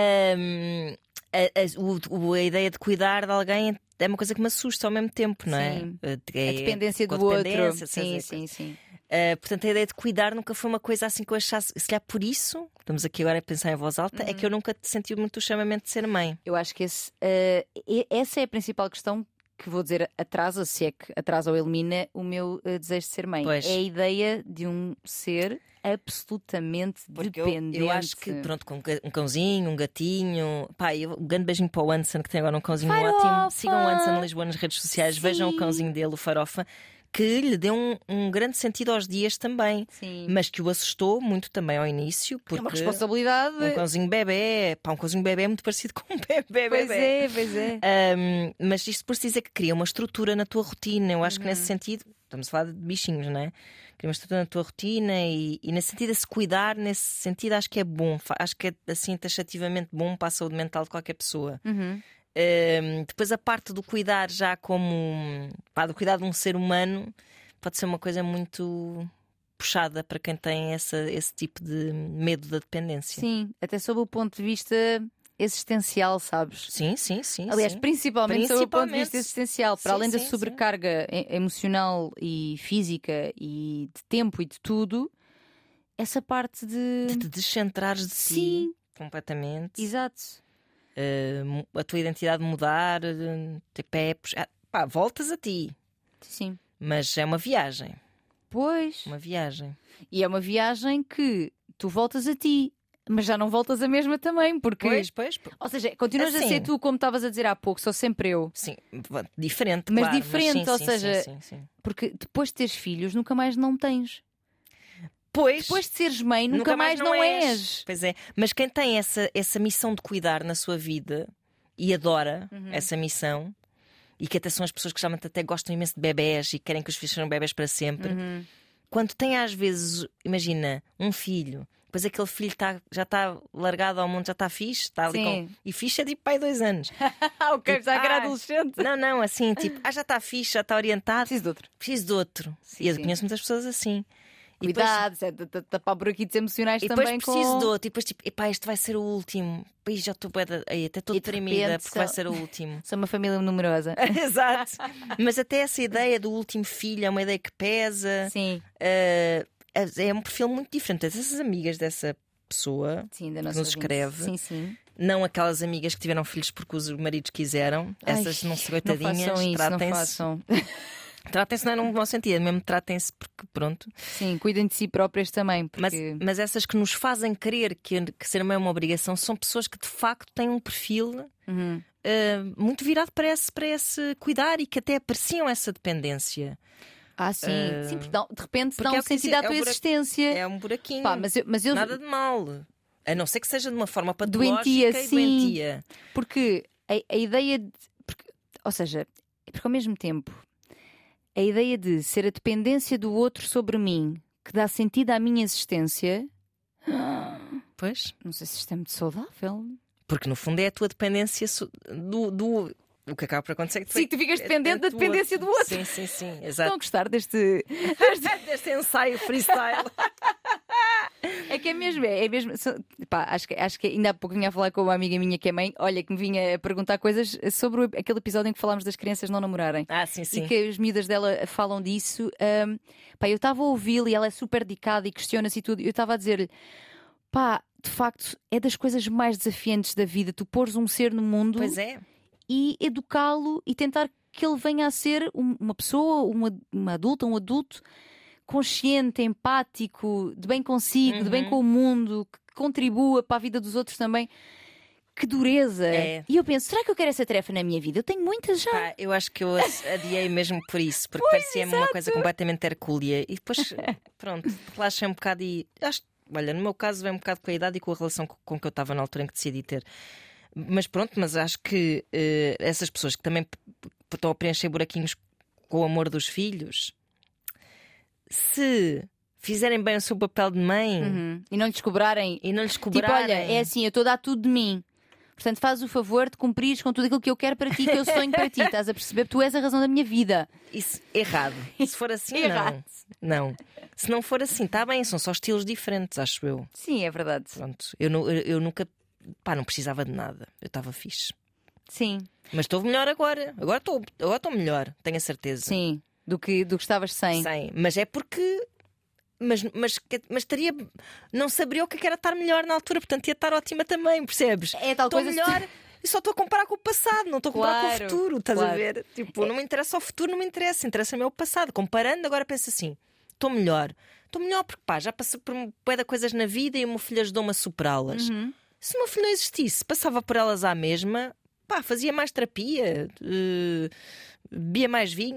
Ahm, a, a- o- a ideia de cuidar de alguém é uma coisa que me assusta ao mesmo tempo, não é? Sim. É- A dependência com a do outro. dependência, Sim, essas sim, coisas. sim. Uh, portanto, a ideia de cuidar nunca foi uma coisa assim que eu achasse. Se calhar por isso, estamos aqui agora a pensar em voz alta, Uhum. é que eu nunca senti muito o chamamento de ser mãe. Eu acho que esse, eh, e- essa é a principal questão que vou dizer atrasa, se é que atrasa ou elimina o meu eh, desejo de ser mãe. Pois. É a ideia de um ser absolutamente Porque eu, dependente. eu acho que, pronto, com um ga- um cãozinho, um gatinho. Pá, eu, um grande beijinho para o Anson, que tem agora um cãozinho Farofa! ótimo. Sigam o Anson Lisboa nas redes sociais, Sim. vejam o cãozinho dele, o Farofa, que lhe deu um, um grande sentido aos dias também. Sim. Mas que o assustou muito também ao início. Porque É uma responsabilidade. um cãozinho bebê, pá, um cãozinho bebê é muito parecido com um bebê. Pois bebê. é, pois é. Um, mas isto por si dizer que cria uma estrutura na tua rotina. Eu acho Uhum. que nesse sentido, estamos a falar de bichinhos, não é? Cria uma estrutura na tua rotina e, e nesse sentido, a se cuidar, nesse sentido, acho que é bom. Fa- Acho que é assim taxativamente bom para a saúde mental de qualquer pessoa. Uhum. Um, depois, a parte do cuidar já como pá, do cuidar de um ser humano pode ser uma coisa muito puxada para quem tem essa, esse tipo de medo da dependência. Sim, até sob o ponto de vista existencial, sabes? Sim, sim, sim. Aliás, sim. principalmente, sob o ponto de Principalmente. vista existencial, para Sim, além da sim, sim. sobrecarga e- emocional e física e de tempo e de tudo, essa parte de. De te descentrares de Sim. ti completamente. Exato. Uh, mu- a tua identidade mudar, uh, tipo, é, pux- ah, pá, voltas a ti, Sim. mas é uma viagem, Pois. uma viagem. E é uma viagem que tu voltas a ti, mas já não voltas a mesma também, porque. Pois, pois, po- Ou seja, continuas a Assim. ser tu, como estavas a dizer há pouco, sou sempre eu. sim, va- diferente, Mas claro, diferente, sim, ou sim, seja, sim, sim, sim. Porque depois de teres filhos, nunca mais não tens. Pois, Depois de seres mãe, nunca, mais, não és. Pois é, mas quem tem essa, essa missão de cuidar na sua vida e adora Uhum. essa missão, e que até são as pessoas que geralmente até gostam imenso de bebés e querem que os filhos sejam bebés para sempre, Uhum. quando tem às vezes, imagina, um filho, depois aquele filho tá, já está largado ao mundo, já está fixe, está ali Sim. com... E fixe é tipo pai dois anos. Ah, ok, Tipo, já que era ah, adolescente. Não, não, assim, tipo, ah, já está fixe, já está orientado, Preciso de outro. preciso de outro. Sim, e eu sim. conheço muitas pessoas assim. E depois, Cuidados, é de- de- tapar buraquitos emocionais e depois também preciso com... de outro. E depois, tipo, epá, este vai ser o último. Pai, já estou bué da- ai, até estou E de deprimida repente porque vai só- ser o último. Sou uma família numerosa. Exato. Mas até essa ideia do último filho é uma ideia que pesa. Sim, Uh, é um perfil muito diferente. Essas amigas dessa pessoa, sim, da que nossa nos ouvinte. escreve, Sim, sim. não aquelas amigas que tiveram filhos porque os maridos quiseram, essas Ai, não se não coitadinhas, façam isso, não tratem-se. façam. Tratem-se não é num bom sentido, mesmo tratem-se porque pronto. Sim, cuidem de si próprias também, Mas, porque... mas essas que nos fazem crer que, que ser mãe é uma obrigação são pessoas que de facto têm um perfil Uhum. uh, muito virado para esse, para esse cuidar e que até apreciam essa dependência. Ah, sim, Uh, sim, porque dão- de repente porque dá é um o que sentido disse- à é tua o buraco- existência. É um buraquinho. Pá, mas eu, mas eu Nada de mal. A não ser que seja de uma forma patológica Doentia, e sim. doentia. Porque a, a ideia de. Porque, ou seja, porque ao mesmo tempo, a ideia de ser a dependência do outro sobre mim que dá sentido à minha existência, Pois. não sei se isto é muito saudável. Porque no fundo é a tua dependência so- do, do. O que acaba por acontecer é que Sim, tu ficas dependente da dependência do outro. Sim, sim, sim. Estão Exato. a gostar deste. Deste ensaio freestyle. É que é mesmo, é mesmo. so- Pá, acho, que, acho que ainda há pouco vinha a falar com uma amiga minha que é mãe, olha, que me vinha a perguntar coisas sobre o- aquele episódio em que falámos das crianças não namorarem. Ah, sim, sim. E que as miúdas dela falam disso. Ahm, pá, eu estava a ouvi-la e ela é super dedicada e questiona-se e tudo. Eu estava a dizer-lhe, pá, de facto, é das coisas mais desafiantes da vida. Tu pôres um ser no mundo Pois é. e educá-lo e tentar que ele venha a ser um- uma pessoa, uma, uma adulta, um adulto consciente, empático, de bem consigo, de bem Uhum. com o mundo, que contribua para a vida dos outros também. Que dureza! É. E eu penso, será que eu quero essa tarefa na minha vida? Eu tenho muitas já. Pá, eu acho que eu adiei mesmo por isso, porque parecia-me uma coisa completamente hercúlea. E depois, pronto, relaxei um bocado e acho, olha, no meu caso, vem um bocado com a idade e com a relação com, com que eu estava na altura em que decidi ter. Mas pronto, mas acho que eh, essas pessoas que também p- p- estão a preencher buraquinhos com o amor dos filhos, se fizerem bem o seu papel de mãe Uhum. E não lhes cobrarem. e não lhes Tipo, cobrarem. olha, é assim, eu estou a dar tudo de mim. Portanto, faz o favor de cumprires com tudo aquilo que eu quero para ti, que eu sonho para ti. Estás a perceber? Tu és a razão da minha vida. Isso, errado. Se for assim, Errado. não. Não. Se não for assim, está bem, são só estilos diferentes, acho eu. Sim, é verdade. Pronto, eu, nu- eu, eu nunca, pá, não precisava de nada. Eu estava fixe. Sim, Mas estou melhor agora. Agora estou agora estou melhor, tenho a certeza. sim. Do que, do que estavas sem. Sem. Mas é porque. Mas, mas, mas estaria. Não saberia o que era estar melhor na altura, portanto ia estar ótima também, percebes? É tal Estou coisa. melhor e só estou a comparar com o passado, não estou a comparar Claro, com o futuro, estás claro. a ver? Tipo, não me interessa o futuro, não me interessa, interessa-me o passado. Comparando, agora penso assim: estou melhor. Estou melhor porque, pá, já passei por um bué de coisas na vida e o meu filho ajudou-me a superá-las. Uhum. Se o meu filho não existisse, passava por elas à mesma, pá, fazia mais terapia, uh, bebia mais vinho.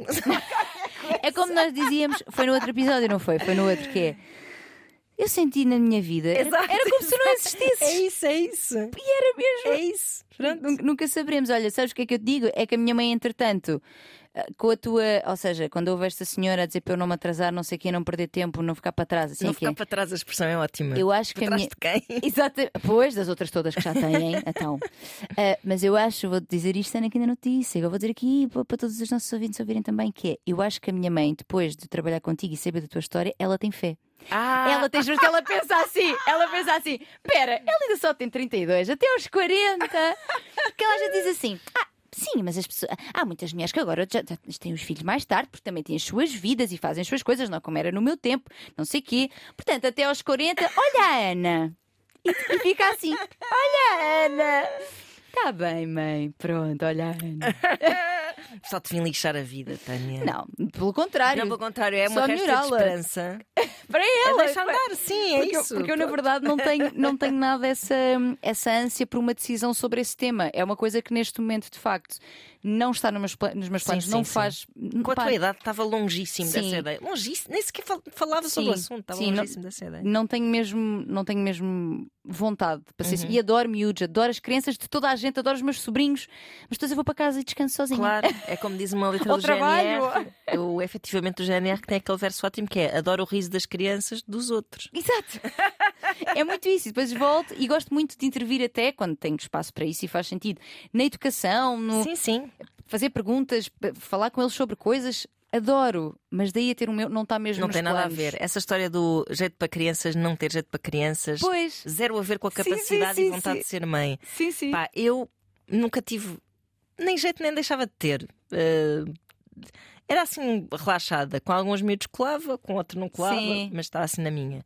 É como nós dizíamos, foi no outro episódio, não foi? Foi no outro que é. Eu senti na minha vida. Era, Exato, era como se tu não exato. existisses. É isso, é isso. E era mesmo. É isso. Pronto. Nun- Nunca saberemos. Olha, sabes o que é que eu te digo? É que a minha mãe, entretanto, ah, com a tua. Ou seja, quando houve esta senhora a dizer para eu não me atrasar, não sei o quê, não perder tempo, não ficar para trás, assim Não é que ficar é. para trás, a expressão é ótima. Eu acho Para que a trás minha. de quem? Exato, pois, das outras todas que já têm, então. Ah, mas eu acho, vou dizer isto, Ana, aqui na notícia, eu vou dizer aqui para, para todos os nossos ouvintes ouvirem também, que é, eu acho que a minha mãe, depois de trabalhar contigo e saber da tua história, ela tem fé. Ah, Ela tem justo que ela pensa assim, ela pensa assim, espera, ela ainda só tem trinta e dois, até aos quarenta, porque ela já diz assim, ah, sim, mas as pessoas, há muitas mulheres que agora já, já têm os filhos mais tarde, porque também têm as suas vidas e fazem as suas coisas, não como era no meu tempo, não sei o quê. Portanto, até aos quarenta, olha a Ana. E, e fica assim, olha a Ana. Está bem, mãe, pronto, olha a Ana. só te vim lixar a vida, Tânia. Não, pelo contrário. Não, pelo contrário, é Só uma resta de melhorá-la. esperança. Para É ela. deixar andar, sim, é Porque, eu- isso. porque eu, na Pronto. verdade, não tenho, não tenho nada essa, essa ânsia por uma decisão sobre esse tema. É uma coisa que, neste momento, de facto, não está nos meus, pla- nos meus Sim, planos, sim, não sim. faz. Com a pá, tua idade estava longíssimo Sim. dessa ideia. Longíssimo, nem sequer fal- falava sobre o Sim, assunto, estava sim, não- longíssimo dessa ideia. Não tenho mesmo, não tenho mesmo vontade para ser Uhum. assim. E adoro miúdos, adoro as crianças de toda a gente, adoro os meus sobrinhos, mas depois eu vou para casa e descanso sozinha. Claro, é como diz uma letra Ao do trabalho. G N R. O, efetivamente, o G N R que tem aquele verso ótimo que é: adoro o riso das crianças dos outros. Exato. É muito isso. E depois volto e gosto muito de intervir até quando tenho espaço para isso e faz sentido. Na educação, no Sim, sim. fazer perguntas, p- falar com eles sobre coisas. Adoro, mas daí a ter o meu não está mesmo Não nos tem nada a planos. ver. Essa história do jeito para crianças, não ter jeito para crianças, Pois. zero a ver com a Sim, capacidade sim, sim, e vontade sim. de ser mãe. Sim, sim. Pá, eu nunca tive nem jeito nem deixava de ter. Eh, era assim relaxada. Com alguns miúdos colava, com outros não colava, Sim. mas estava assim na minha.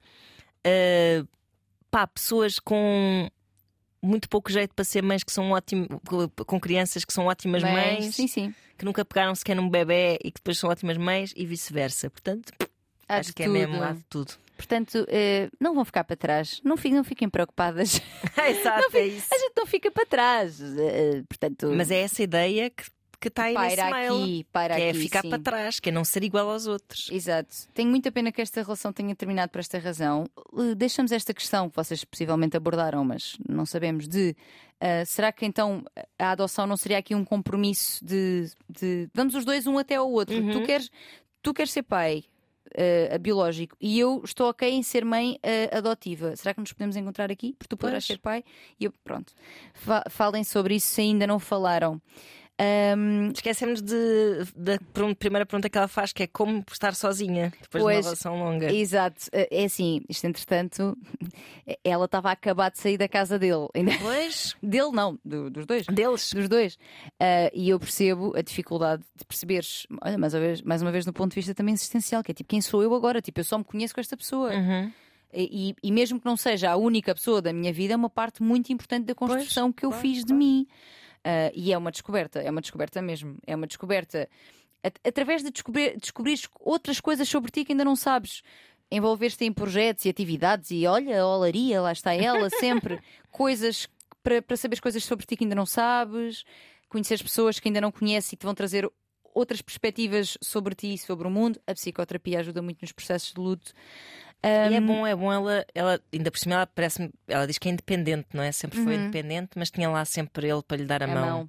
Eh, pá, pessoas com muito pouco jeito para ser mães que são ótimas, com crianças que são ótimas Mas, mães, sim, sim. que nunca pegaram sequer num bebé e que depois são ótimas mães e vice-versa. Portanto, Há acho de que é tudo. mesmo há de tudo. Portanto, eh, não vão ficar para trás. Não fiquem, não fiquem preocupadas. Exato, é isso. A gente não fica para trás. eh, portanto, Mas é essa ideia que que está aí nesse paira mail, aqui, paira que é aqui, ficar sim. para trás, que é não ser igual aos outros. Exato. Tenho muita pena que esta relação tenha terminado por esta razão. Uh, Deixamos esta questão que vocês possivelmente abordaram, mas não sabemos de uh, será que então a adoção não seria aqui um compromisso de, de vamos os dois um até ao outro? Uhum. Tu queres, tu queres ser pai uh, biológico e eu estou ok em ser mãe uh, adotiva. Será que nos podemos encontrar aqui? Porque tu poderás Pois. ser pai e eu pronto. Fa- falem sobre isso se ainda não falaram. Um, Esquecemos de, da pr- primeira pergunta que ela faz, que é como estar sozinha depois de Pois, uma relação longa. Exato, é assim, isto entretanto, ela estava a acabar de sair da casa dele. Ainda- Pois, Dele não, do- dos dois. deles. Dos dois. Ah, e eu percebo a dificuldade de perceberes, olha, mais uma, vez, mais uma vez, do ponto de vista também existencial, que é tipo, quem sou eu agora? Tipo, eu só me conheço com esta pessoa. Uhum. E, e mesmo que não seja a única pessoa da minha vida, é uma parte muito importante da construção que eu claro, fiz de claro. mim. Ah, e é uma descoberta, é uma descoberta mesmo. É uma descoberta at- através de descobrir, descobrires outras coisas sobre ti que ainda não sabes. Envolver-te em projetos e atividades e olha, a olaria, lá está ela, sempre coisas para, para saberes coisas sobre ti que ainda não sabes, conhecer pessoas que ainda não conheces e que te vão trazer outras perspectivas sobre ti e sobre o mundo. A psicoterapia ajuda muito nos processos de luto. E é Um, bom, é bom ela, ela ainda por cima ela parece ela diz que é independente, não é? Sempre foi Uhum. independente, mas tinha lá sempre ele para lhe dar a, a mão. mão.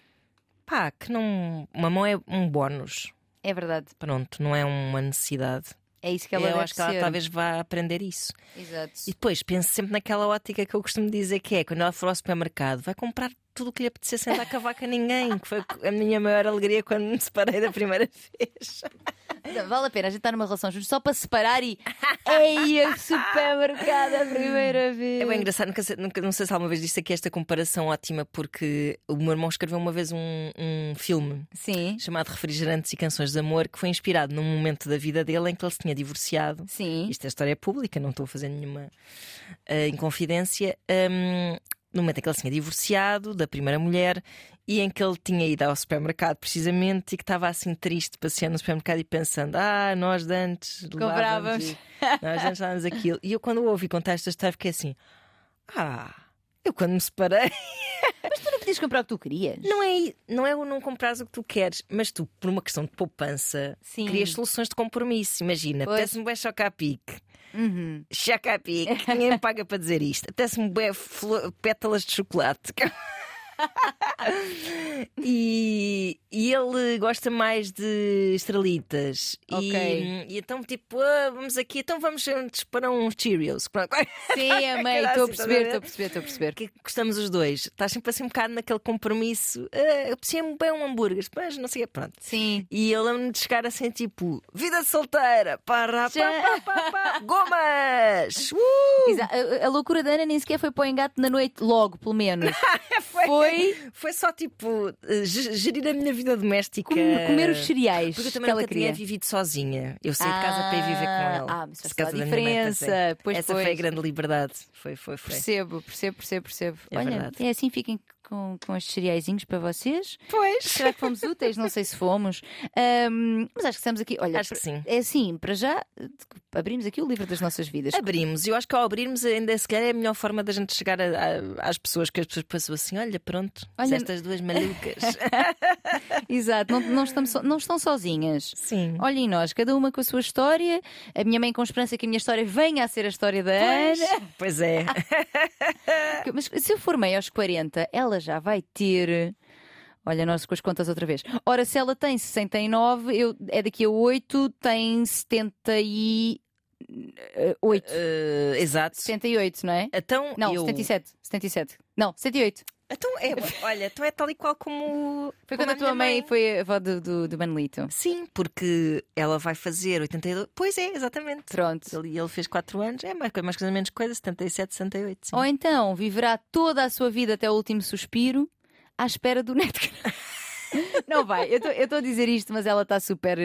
Pá, que não. Uma mão é um bónus. É verdade. Pronto, não é uma necessidade. É isso que ela Eu deve acho que ela ser. talvez vá aprender isso. Exato. E depois penso sempre naquela ótica que eu costumo dizer que é quando ela for ao supermercado, vai comprar tudo o que lhe apetecer sem dar cavaco a ninguém, que foi a minha maior alegria quando me separei da primeira vez. Não, vale a pena a gente estar numa relação juntos só para separar e. Ei, o supermercado a primeira vez. É bem engraçado, nunca, sei- nunca- não sei se alguma vez disse aqui esta comparação ótima, porque o meu irmão escreveu uma vez um, um filme Sim, chamado Refrigerantes e Canções de Amor, que foi inspirado num momento da vida dele em que ele se tinha divorciado. sim. Isto é história pública, não estou a fazer nenhuma uh, inconfidência. Um, no momento em que ele se tinha divorciado da primeira mulher e em que ele tinha ido ao supermercado precisamente e que estava assim triste, passeando no supermercado e pensando: ah, nós de antes Comprávamos. levávamos e- nós de antes levávamos aquilo. E eu, quando eu ouvi contar esta história, fiquei assim: ah, eu quando me separei. Mas tu não podias comprar o que tu querias. Não é, não é o não comprares o que tu queres, mas tu, por uma questão de poupança, Sim. crias soluções de compromisso. Imagina, Pois. apetece-me bem chocar-pique. Uhum. Chocar-pique, ninguém me paga para dizer isto. Apetece-me bem flo- pétalas de chocolate. E, e ele gosta mais de estrelitas. Ok. E, e então, tipo, ah, vamos aqui, então vamos juntos para uns Cheerios. Pronto. Sim, amei, Aquela estou a assim, perceber, estás a ver? estou a perceber, estou a perceber. Que gostamos os dois. Estás sempre assim um bocado naquele compromisso. Ah, apetecia-me bem um hambúrguer, mas não sei o quê, pronto. Sim. E eu lembro-me de chegar assim, tipo, vida solteira, para, Já. pá, pá, pá, pá, gomas! Uh! Exa- A, a loucura da Ana nem sequer foi para o engate na noite, logo, pelo menos. Foi Foi só tipo eh, ge- gerir a minha vida doméstica. com- comer os cereais Porque eu que também ela nunca tinha queria. vivido sozinha. Eu saí de casa para ir viver com ele. Ah, mas faz Por causa toda a da minha mãe, diferença. pois é. Pois, Essa pois. foi a grande liberdade. Foi, foi, foi. Percebo, percebo, percebo, percebo. É Olha, verdade. é assim, fiquem com, com estes cereaizinhos para vocês. Pois. Será que fomos úteis? Não sei se fomos. Ahm, mas acho que estamos aqui. Olha, Acho que sim. é assim, para já abrimos aqui o livro das nossas vidas. Abrimos, e eu acho que ao abrirmos ainda se calhar é a melhor forma da gente chegar a- a- às pessoas, que as pessoas pensam assim: olha, pronto, Olha- se estas duas malucas. Exato, não, não, estamos so- não estão sozinhas. Sim. Olhem nós, cada uma com a sua história. A minha mãe com esperança que a minha história venha a ser a história da Pois, Ana. pois é. Mas se eu formei aos quarenta, ela já vai ter. Olha, nós com as contas outra vez. Ora, se ela tem sessenta e nove, eu, é daqui a oito, tem setenta e oito. Eh, exato. setenta e oito, não é? Então, Não, eu... setenta e sete. setenta e sete. Não, setenta e oito. Então, é, olha, então é tal e qual como. Foi como quando a tua minha mãe foi a avó do, do, do Manolito. Sim, porque ela vai fazer oitenta e dois. Pois é, exatamente. Pronto. Ele, ele fez quatro anos, é mais, mais coisa menos coisa, setenta e sete, sessenta e oito. Sim. Ou então viverá toda a sua vida até o último suspiro à espera do neto. Não vai, eu estou a dizer isto, mas ela está super.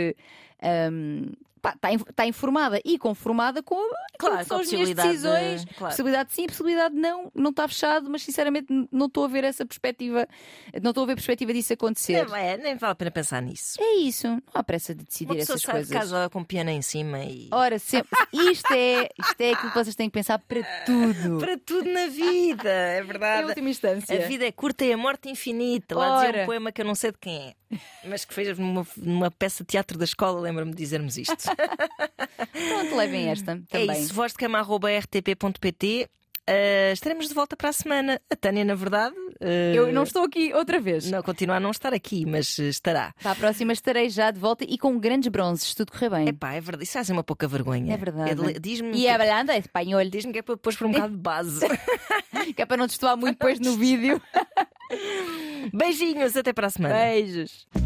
Está tá informada e conformada com aquilo Claro, que são com a as minhas possibilidade de- decisões. claro. Possibilidade sim, possibilidade não. Não está fechado, mas sinceramente não estou a ver essa perspectiva. Não estou a ver perspectiva disso acontecer. Nem, é, nem vale a pena pensar nisso. É isso, não há pressa de decidir Uma pessoa essas sai coisas. de casa com o piano em cima e. Ora, sempre. Isto é, isto é aquilo que vocês têm que pensar para tudo. Para tudo na vida, é Em verdade. última instância. A vida é curta e a morte infinita. Lá dizia Ora. um poema que eu não sei de quem é, mas que fez numa, numa peça de teatro da escola, lembro-me de dizermos isto. Pronto, levem esta também. É isso, voz de cama arroba r t p ponto p t. Uh, estaremos de volta para a semana. A Tânia, na verdade, uh, Eu não estou aqui outra vez. não continua a não estar aqui, mas uh, estará. Para a próxima estarei já de volta e com grandes bronzes, se tudo correr bem. Epá, é verdade, isso faz uma pouca vergonha. É verdade. É de- Diz-me E que, é hablando espanhol, diz-me que é para pôr por um bocado de base. que é para não destoar muito depois no vídeo. Beijinhos, até para a semana. Beijos.